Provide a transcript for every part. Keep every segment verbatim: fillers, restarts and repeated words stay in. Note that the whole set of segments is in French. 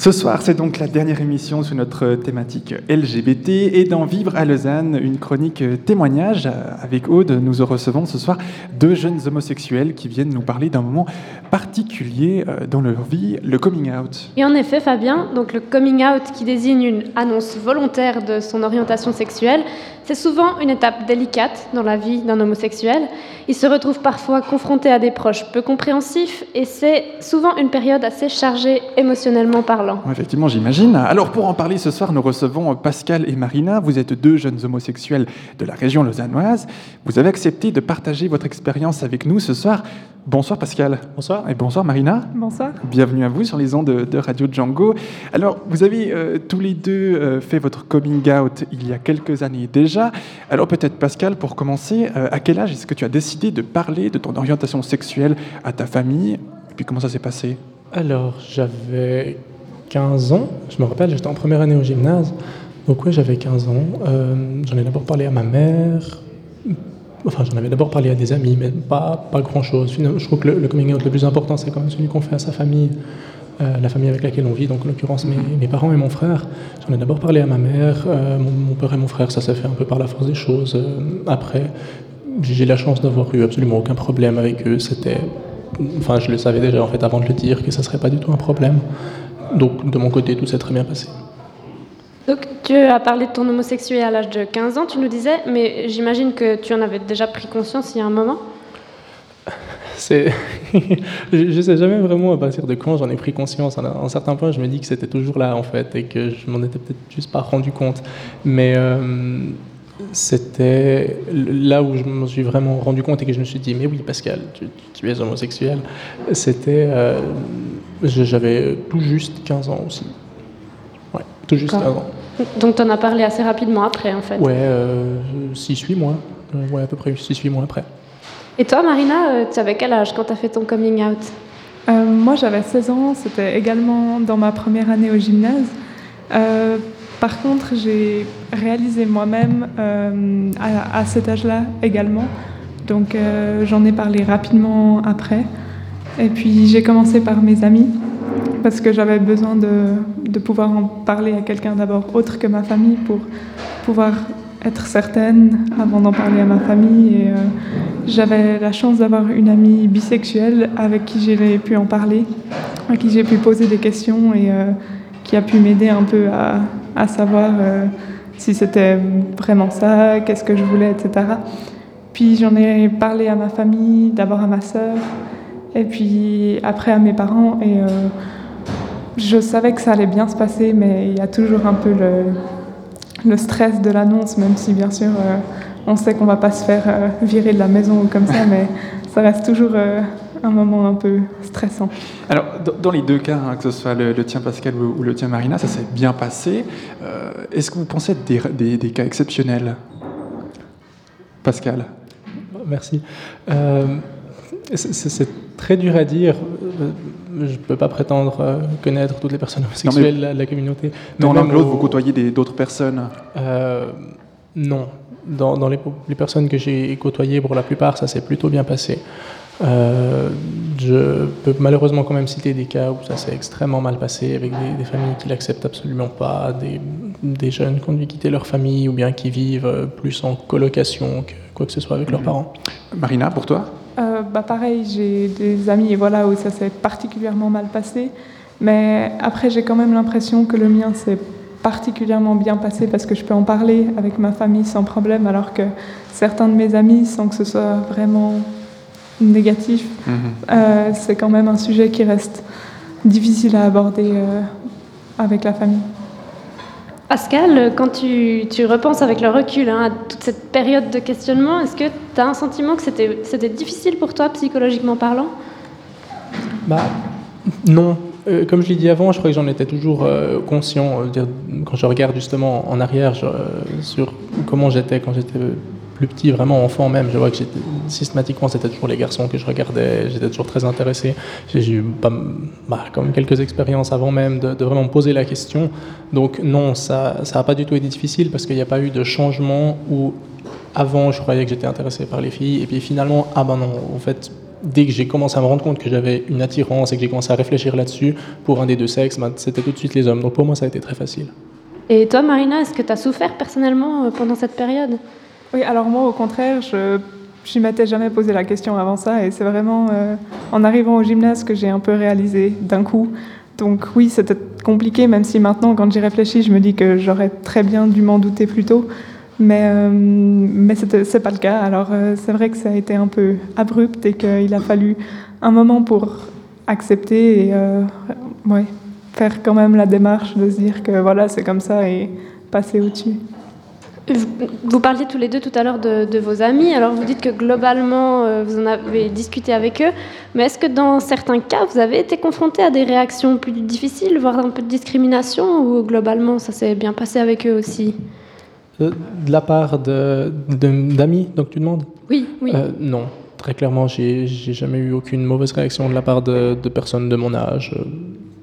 Ce soir, c'est donc la dernière émission sur notre thématique L G B T et dans Vivre à Lausanne, une chronique témoignage. Avec Aude, nous recevons ce soir deux jeunes homosexuels qui viennent nous parler d'un moment particulier dans leur vie, le coming out. Et en effet, Fabien, donc le coming out qui désigne une annonce volontaire de son orientation sexuelle, c'est souvent une étape délicate dans la vie d'un homosexuel. Il se retrouve parfois confronté à des proches peu compréhensifs et c'est souvent une période assez chargée émotionnellement parlant. Effectivement, j'imagine. Alors pour en parler ce soir, nous recevons Pascal et Marina. Vous êtes deux jeunes homosexuels de la région lausannoise. Vous avez accepté de partager votre expérience avec nous ce soir. Bonsoir Pascal. Bonsoir. Et bonsoir Marina. Bonsoir. Bienvenue à vous sur les ondes de, de Radio Django. Alors, vous avez euh, tous les deux euh, fait votre coming out il y a quelques années déjà. Alors peut-être Pascal, pour commencer, euh, à quel âge est-ce que tu as décidé de parler de ton orientation sexuelle à ta famille? Et puis comment ça s'est passé? Alors, j'avais quinze ans. Je me rappelle, j'étais en première année au gymnase. Donc oui, j'avais quinze ans. Euh, j'en ai d'abord parlé à ma mère. Enfin, j'en avais d'abord parlé à des amis, mais pas, pas grand-chose. Finalement, je trouve que le, le coming out le plus important, c'est quand même celui qu'on fait à sa famille, euh, la famille avec laquelle on vit, donc en l'occurrence mes, mes parents et mon frère. J'en ai d'abord parlé à ma mère, euh, mon, mon père et mon frère, ça s'est fait un peu par la force des choses. Euh, après, j'ai la chance d'avoir eu absolument aucun problème avec eux. C'était, enfin, je le savais déjà en fait avant de le dire que ça serait pas du tout un problème. Donc de mon côté, tout s'est très bien passé. Donc, tu as parlé de ton homosexualité à l'âge de quinze ans, tu nous disais, mais j'imagine que tu en avais déjà pris conscience il y a un moment. C'est... je ne sais jamais vraiment à partir de quand j'en ai pris conscience. À un certain point, je me dis que c'était toujours là, en fait, et que je m'en étais peut-être juste pas rendu compte. Mais euh, c'était là où je me suis vraiment rendu compte et que je me suis dit, mais oui, Pascal, tu, tu es homosexuel. C'était... Euh, j'avais tout juste quinze ans aussi. Ouais, tout juste quinze ans. Donc, tu en as parlé assez rapidement après, en fait. Ouais, euh, six huit mois. Euh, ouais, à peu près six huit mois après. Et toi, Marina, euh, tu avais quel âge quand tu as fait ton coming out? euh, Moi, j'avais seize ans. C'était également dans ma première année au gymnase. Euh, par contre, j'ai réalisé moi-même euh, à, à cet âge-là également. Donc, euh, j'en ai parlé rapidement après. Et puis, j'ai commencé par mes amis, parce que j'avais besoin de, de pouvoir en parler à quelqu'un d'abord autre que ma famille pour pouvoir être certaine avant d'en parler à ma famille. Et, euh, j'avais la chance d'avoir une amie bisexuelle avec qui j'ai pu en parler, à qui j'ai pu poser des questions et euh, qui a pu m'aider un peu à, à savoir euh, si c'était vraiment ça, qu'est-ce que je voulais, et cetera. Puis j'en ai parlé à ma famille, d'abord à ma sœur, et puis après à mes parents. Et euh, je savais que ça allait bien se passer, mais il y a toujours un peu le, le stress de l'annonce, même si bien sûr euh, on sait qu'on ne va pas se faire euh, virer de la maison ou comme ça, mais ça reste toujours euh, un moment un peu stressant. Alors, dans les deux cas, hein, que ce soit le, le tien Pascal ou, ou le tien Marina, ça s'est bien passé. Euh, est-ce que vous pensez être des, des, des cas exceptionnels? Pascal? Merci. Euh, c'est, c'est très dur à dire. Je ne peux pas prétendre connaître toutes les personnes homosexuelles de la, la communauté. Dans l'un ou l'autre, au... vous côtoyez des, d'autres personnes? euh, Non. Dans, dans les, les personnes que j'ai côtoyées, pour la plupart, ça s'est plutôt bien passé. Euh, je peux malheureusement quand même citer des cas où ça s'est extrêmement mal passé, avec des, des familles qui l'acceptent absolument pas, des, des jeunes qui ont dû quitter leur famille ou bien qui vivent plus en colocation que quoi que ce soit avec mmh. leurs parents. Marina, pour toi? Euh, bah pareil, j'ai des amis voilà, où ça s'est particulièrement mal passé, mais après j'ai quand même l'impression que le mien s'est particulièrement bien passé parce que je peux en parler avec ma famille sans problème, alors que certains de mes amis, sans que ce soit vraiment négatif, mmh. euh, c'est quand même un sujet qui reste difficile à aborder euh, avec la famille. Pascal, quand tu, tu repenses avec le recul hein, à toute cette période de questionnement, est-ce que tu as un sentiment que c'était, c'était difficile pour toi, psychologiquement parlant? Bah, non. Euh, comme je l'ai dit avant, je crois que j'en étais toujours euh, conscient. Euh, dire, quand je regarde justement en arrière je, euh, sur comment j'étais quand j'étais plus petit, vraiment enfant même, je vois que j'étais, systématiquement c'était toujours les garçons que je regardais, j'étais toujours très intéressé. J'ai, j'ai eu pas, bah, quand même quelques expériences avant même de, de vraiment me poser la question. Donc non, ça ça n'a pas du tout été difficile parce qu'il n'y a pas eu de changement où avant je croyais que j'étais intéressé par les filles et puis finalement, ah ben non, en fait, dès que j'ai commencé à me rendre compte que j'avais une attirance et que j'ai commencé à réfléchir là-dessus, pour un des deux sexes, bah, c'était tout de suite les hommes. Donc pour moi, ça a été très facile. Et toi, Marina, est-ce que tu as souffert personnellement euh, pendant cette période? Oui, alors moi, au contraire, je je m'étais jamais posé la question avant ça, et c'est vraiment euh, en arrivant au gymnase que j'ai un peu réalisé d'un coup. Donc oui, c'était compliqué, même si maintenant, quand j'y réfléchis, je me dis que j'aurais très bien dû m'en douter plus tôt. Mais, euh, mais c'était, c'est pas le cas. Alors euh, c'est vrai que ça a été un peu abrupt et qu'il a fallu un moment pour accepter et euh, ouais, faire quand même la démarche de se dire que voilà, c'est comme ça et passer au-dessus. Vous parliez tous les deux tout à l'heure de, de vos amis, alors vous dites que globalement euh, vous en avez discuté avec eux, mais est-ce que dans certains cas vous avez été confronté à des réactions plus difficiles, voire un peu de discrimination, ou globalement ça s'est bien passé avec eux aussi? Euh, de la part de, de- d'amis, donc tu demandes? Oui, oui. Euh, non, très clairement, j'ai, j'ai jamais eu aucune mauvaise réaction de la part de, de personnes de mon âge. Euh,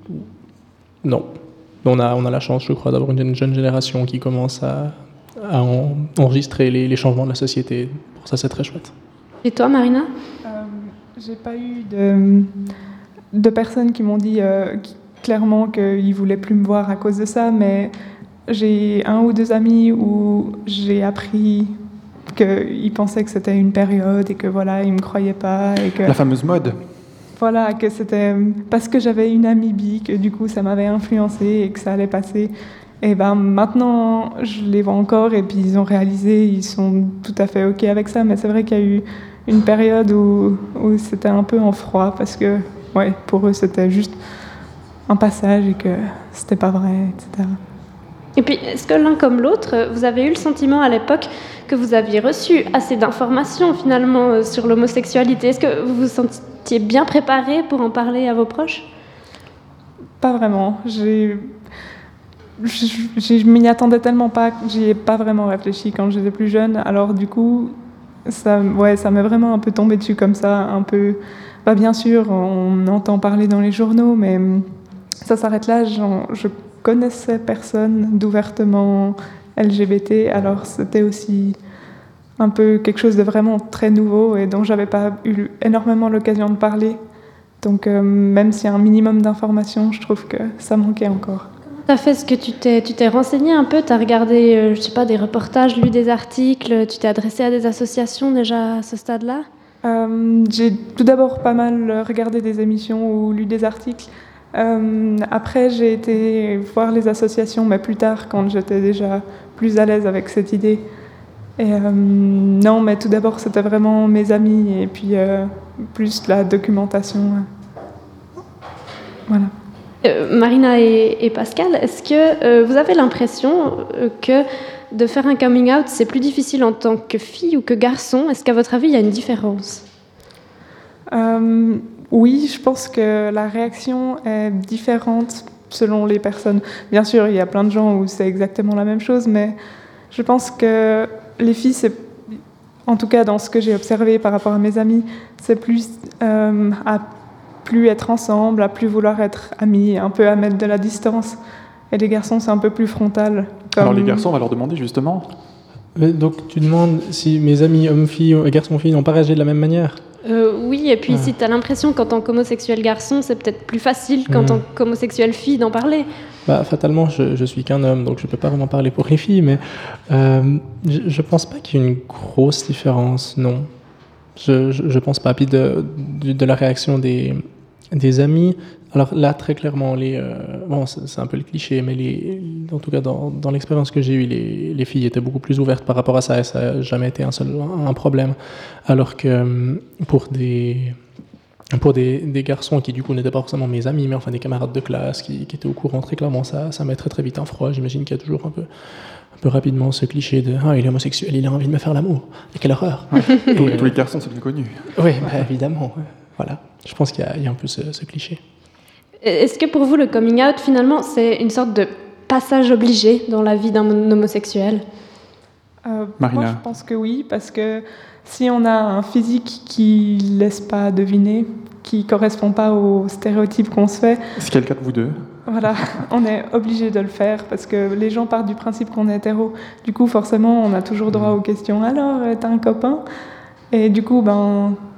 non. On a, on a la chance, je crois, d'avoir une jeune génération qui commence à, à en- enregistrer les, les changements de la société. Pour ça, c'est très chouette. Et toi, Marina? Euh, j'ai pas eu de, de personnes qui m'ont dit euh, qui- clairement qu'ils voulaient plus me voir à cause de ça, mais j'ai un ou deux amis où j'ai appris qu'ils pensaient que c'était une période et que voilà, ils me croyaient pas et que La fameuse mode. voilà, que c'était parce que j'avais une amie bi que du coup ça m'avait influencé et que ça allait passer. Et ben maintenant, je les vois encore et puis ils ont réalisé, ils sont tout à fait OK avec ça. Mais c'est vrai qu'il y a eu une période où, où c'était un peu en froid parce que ouais, pour eux c'était juste un passage et que c'était pas vrai, et cetera. Et puis, est-ce que l'un comme l'autre, vous avez eu le sentiment à l'époque que vous aviez reçu assez d'informations finalement euh, sur l'homosexualité? Est-ce que vous vous sentiez bien préparé pour en parler à vos proches? Pas vraiment. J'ai, je, je m'y attendais tellement pas, que j'y ai pas vraiment réfléchi quand j'étais plus jeune. Alors du coup, ça, ouais, ça m'est vraiment un peu tombé dessus comme ça, un peu. Bah, bien sûr, on entend parler dans les journaux, mais ça s'arrête là. J'en- je connaissais personne d'ouvertement L G B T, alors c'était aussi un peu quelque chose de vraiment très nouveau et dont j'avais pas eu énormément l'occasion de parler. Donc euh, même s'il y a un minimum d'informations, je trouve que ça manquait encore. Tu as fait ce que tu t'es, tu t'es renseigné un peu, tu as regardé, euh, je sais pas, des reportages, lu des articles, tu t'es adressé à des associations déjà à ce stade-là? Euh, j'ai tout d'abord pas mal regardé des émissions ou lu des articles. Euh, après, j'ai été voir les associations, mais plus tard, quand j'étais déjà plus à l'aise avec cette idée. Et euh, non, mais tout d'abord, c'était vraiment mes amis et puis euh, plus la documentation. Voilà. Euh, Marina et, et Pascal, est-ce que euh, vous avez l'impression euh, que de faire un coming out, c'est plus difficile en tant que fille ou que garçon? Est-ce qu'à votre avis, il y a une différence? Euh, oui, je pense que la réaction est différente selon les personnes. Bien sûr, il y a plein de gens où c'est exactement la même chose, mais je pense que les filles, c'est, en tout cas dans ce que j'ai observé par rapport à mes amis, c'est plus euh, à plus être ensemble, à plus vouloir être amis, un peu à mettre de la distance. Et les garçons, c'est un peu plus frontal. Comme... Alors les garçons, on va leur demander justement. Mais donc tu demandes si mes amis hommes-filles et garçons-filles n'ont pas réagi de la même manière? Euh, oui, et puis Ah. si tu as l'impression qu'en tant qu'homosexuel garçon, c'est peut-être plus facile qu'en Mm. tant qu'homosexuel fille d'en parler. Bah, fatalement, je, je suis qu'un homme, donc je peux pas vraiment parler pour les filles, mais euh, je, je pense pas qu'il y ait une grosse différence, non. Je, je, je pense pas. Puis de, de, de la réaction des, des amis, alors là, très clairement, les, euh, bon, c'est, c'est un peu le cliché, mais les, en tout cas, dans, dans l'expérience que j'ai eue, les, les filles étaient beaucoup plus ouvertes par rapport à ça, et ça n'a jamais été un seul un problème. Alors que pour des... Pour des, des garçons qui, du coup, n'étaient pas forcément mes amis, mais enfin des camarades de classe qui, qui étaient au courant, très clairement, ça, ça met très très vite un froid. J'imagine qu'il y a toujours un peu, un peu rapidement ce cliché de « Ah, il est homosexuel, il a envie de me faire l'amour. Et quelle horreur !» Tous, euh, tous les garçons sont bien connus. Oui, bah, évidemment. Ouais. Voilà. Je pense qu'il y a, il y a un peu ce, ce cliché. Est-ce que pour vous, le coming out, finalement, c'est une sorte de passage obligé dans la vie d'un homosexuel? Euh, Marina. Moi, je pense que oui, parce que si on a un physique qui ne laisse pas deviner, qui ne correspond pas aux stéréotypes qu'on se fait, Est-ce qu'il y a le cas de vous deux? voilà, on est obligé de le faire parce que les gens partent du principe qu'on est hétéro. Du coup, forcément, on a toujours droit aux questions. Alors, euh, t'as un copain? Et du coup, ben,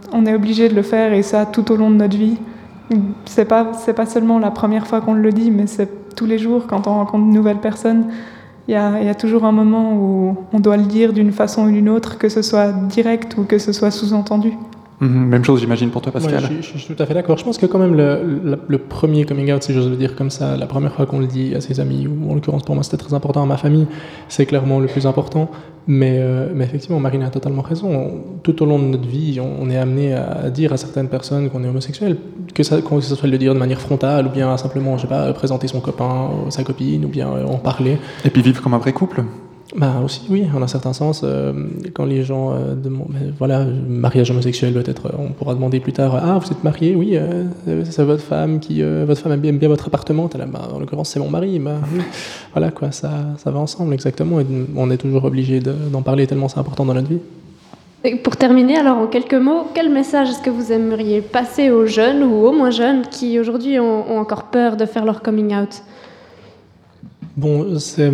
on est obligé de le faire et ça tout au long de notre vie. C'est pas, c'est pas seulement la première fois qu'on le dit, mais c'est tous les jours quand on rencontre une nouvelle personne. Il y a, il y a toujours un moment où on doit le dire d'une façon ou d'une autre, que ce soit direct ou que ce soit sous-entendu. Mmh, même chose, j'imagine, pour toi, Pascal. Ouais, je, je, je suis tout à fait d'accord. Je pense que quand même le, le, le premier coming out, si j'ose le dire comme ça, la première fois qu'on le dit à ses amis, ou en l'occurrence pour moi c'était très important à ma famille, c'est clairement le plus important. Mais, euh, mais effectivement, Marina a totalement raison. On, tout au long de notre vie, on, on est amené à dire à certaines personnes qu'on est homosexuel, que ça, que ce soit le dire de manière frontale, ou bien simplement, je sais pas, présenter son copain, ou sa copine, ou bien en parler. Et puis vivre comme un vrai couple. Bah aussi, oui, en un certain sens, euh, quand les gens euh, demandent, voilà, mariage homosexuel peut-être, on pourra demander plus tard, ah, vous êtes marié, oui, euh, c'est votre femme qui, euh, votre femme aime bien, aime bien votre appartement, là, bah, en l'occurrence c'est mon mari, bah, voilà quoi, ça, ça va ensemble exactement, et on est toujours obligé de, d'en parler tellement c'est important dans notre vie. Et pour terminer, alors en quelques mots, quel message est-ce que vous aimeriez passer aux jeunes ou aux moins jeunes qui aujourd'hui ont, ont encore peur de faire leur coming out? Bon, c'est...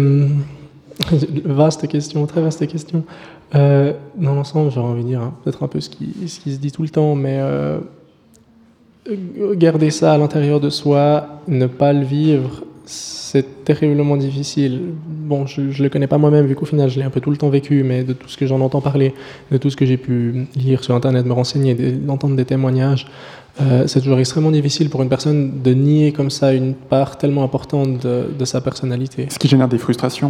Vaste question, très vaste question. Euh, dans l'ensemble, j'aurais envie de dire hein, peut-être un peu ce qui, ce qui se dit tout le temps, mais euh, garder ça à l'intérieur de soi, ne pas le vivre, c'est terriblement difficile. Bon, je ne le connais pas moi-même, vu qu'au final, je l'ai un peu tout le temps vécu, mais de tout ce que j'en entends parler, de tout ce que j'ai pu lire sur Internet, me renseigner, d'entendre des témoignages, euh, c'est toujours extrêmement difficile pour une personne de nier comme ça une part tellement importante de, de sa personnalité. Ce qui génère des frustrations.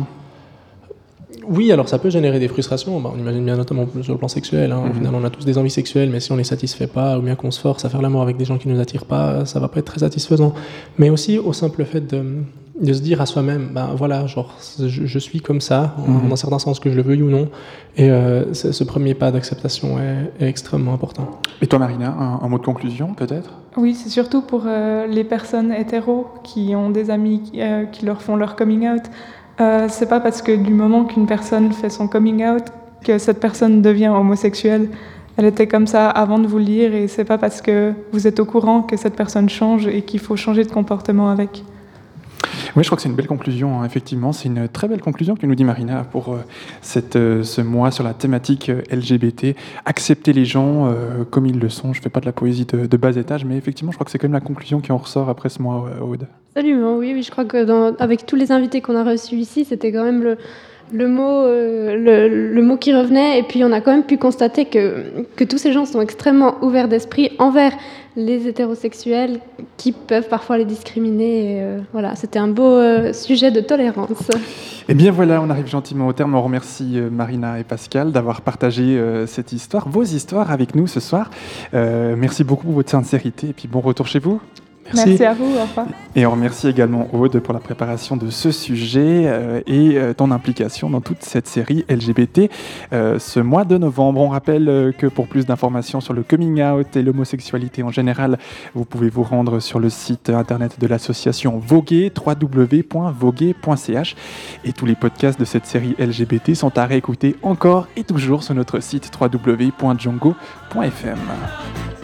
Oui, alors ça peut générer des frustrations, bah, on imagine bien notamment sur le plan sexuel, hein. Au final on a tous des envies sexuelles, mais si on ne les satisfait pas, ou bien qu'on se force à faire l'amour avec des gens qui ne nous attirent pas, ça va pas être très satisfaisant. Mais aussi au simple fait de, de se dire à soi-même, ben voilà, genre je, je suis comme ça, mm-hmm. en un certain sens que je le veuille ou non, et euh, ce premier pas d'acceptation est, est extrêmement important. Et toi Marina, un, un mot de conclusion peut-être ? Oui, c'est surtout pour euh, les personnes hétéros qui ont des amis qui, euh, qui leur font leur coming out. Euh, c'est pas parce que du moment qu'une personne fait son coming out que cette personne devient homosexuelle. Elle était comme ça avant de vous le dire et c'est pas parce que vous êtes au courant que cette personne change et qu'il faut changer de comportement avec. Oui, je crois que c'est une belle conclusion, hein. Effectivement. C'est une très belle conclusion que nous dit Marina pour euh, cette, euh, ce mois sur la thématique euh, L G B T. Accepter les gens euh, comme ils le sont. Je ne fais pas de la poésie de, de bas étage, mais effectivement, je crois que c'est quand même la conclusion qui en ressort après ce mois, euh, Aude. Absolument, oui, oui. Je crois que dans, avec tous les invités qu'on a reçus ici, c'était quand même le... Le mot, euh, le, le mot qui revenait, et puis on a quand même pu constater que, que tous ces gens sont extrêmement ouverts d'esprit envers les hétérosexuels qui peuvent parfois les discriminer. Et, euh, voilà, c'était un beau euh, sujet de tolérance. Et bien voilà, on arrive gentiment au terme. On remercie euh, Marina et Pascal d'avoir partagé euh, cette histoire, vos histoires avec nous ce soir. Euh, merci beaucoup pour votre sincérité et puis bon retour chez vous. Merci. Merci à vous, au revoir. Et on remercie également Aude pour la préparation de ce sujet euh, et euh, ton implication dans toute cette série L G B T euh, ce mois de novembre. On rappelle euh, que pour plus d'informations sur le coming out et l'homosexualité en général, vous pouvez vous rendre sur le site internet de l'association Voguer, w w w point voguer point c h. Et tous les podcasts de cette série L G B T sont à réécouter encore et toujours sur notre site w w w point django point f m.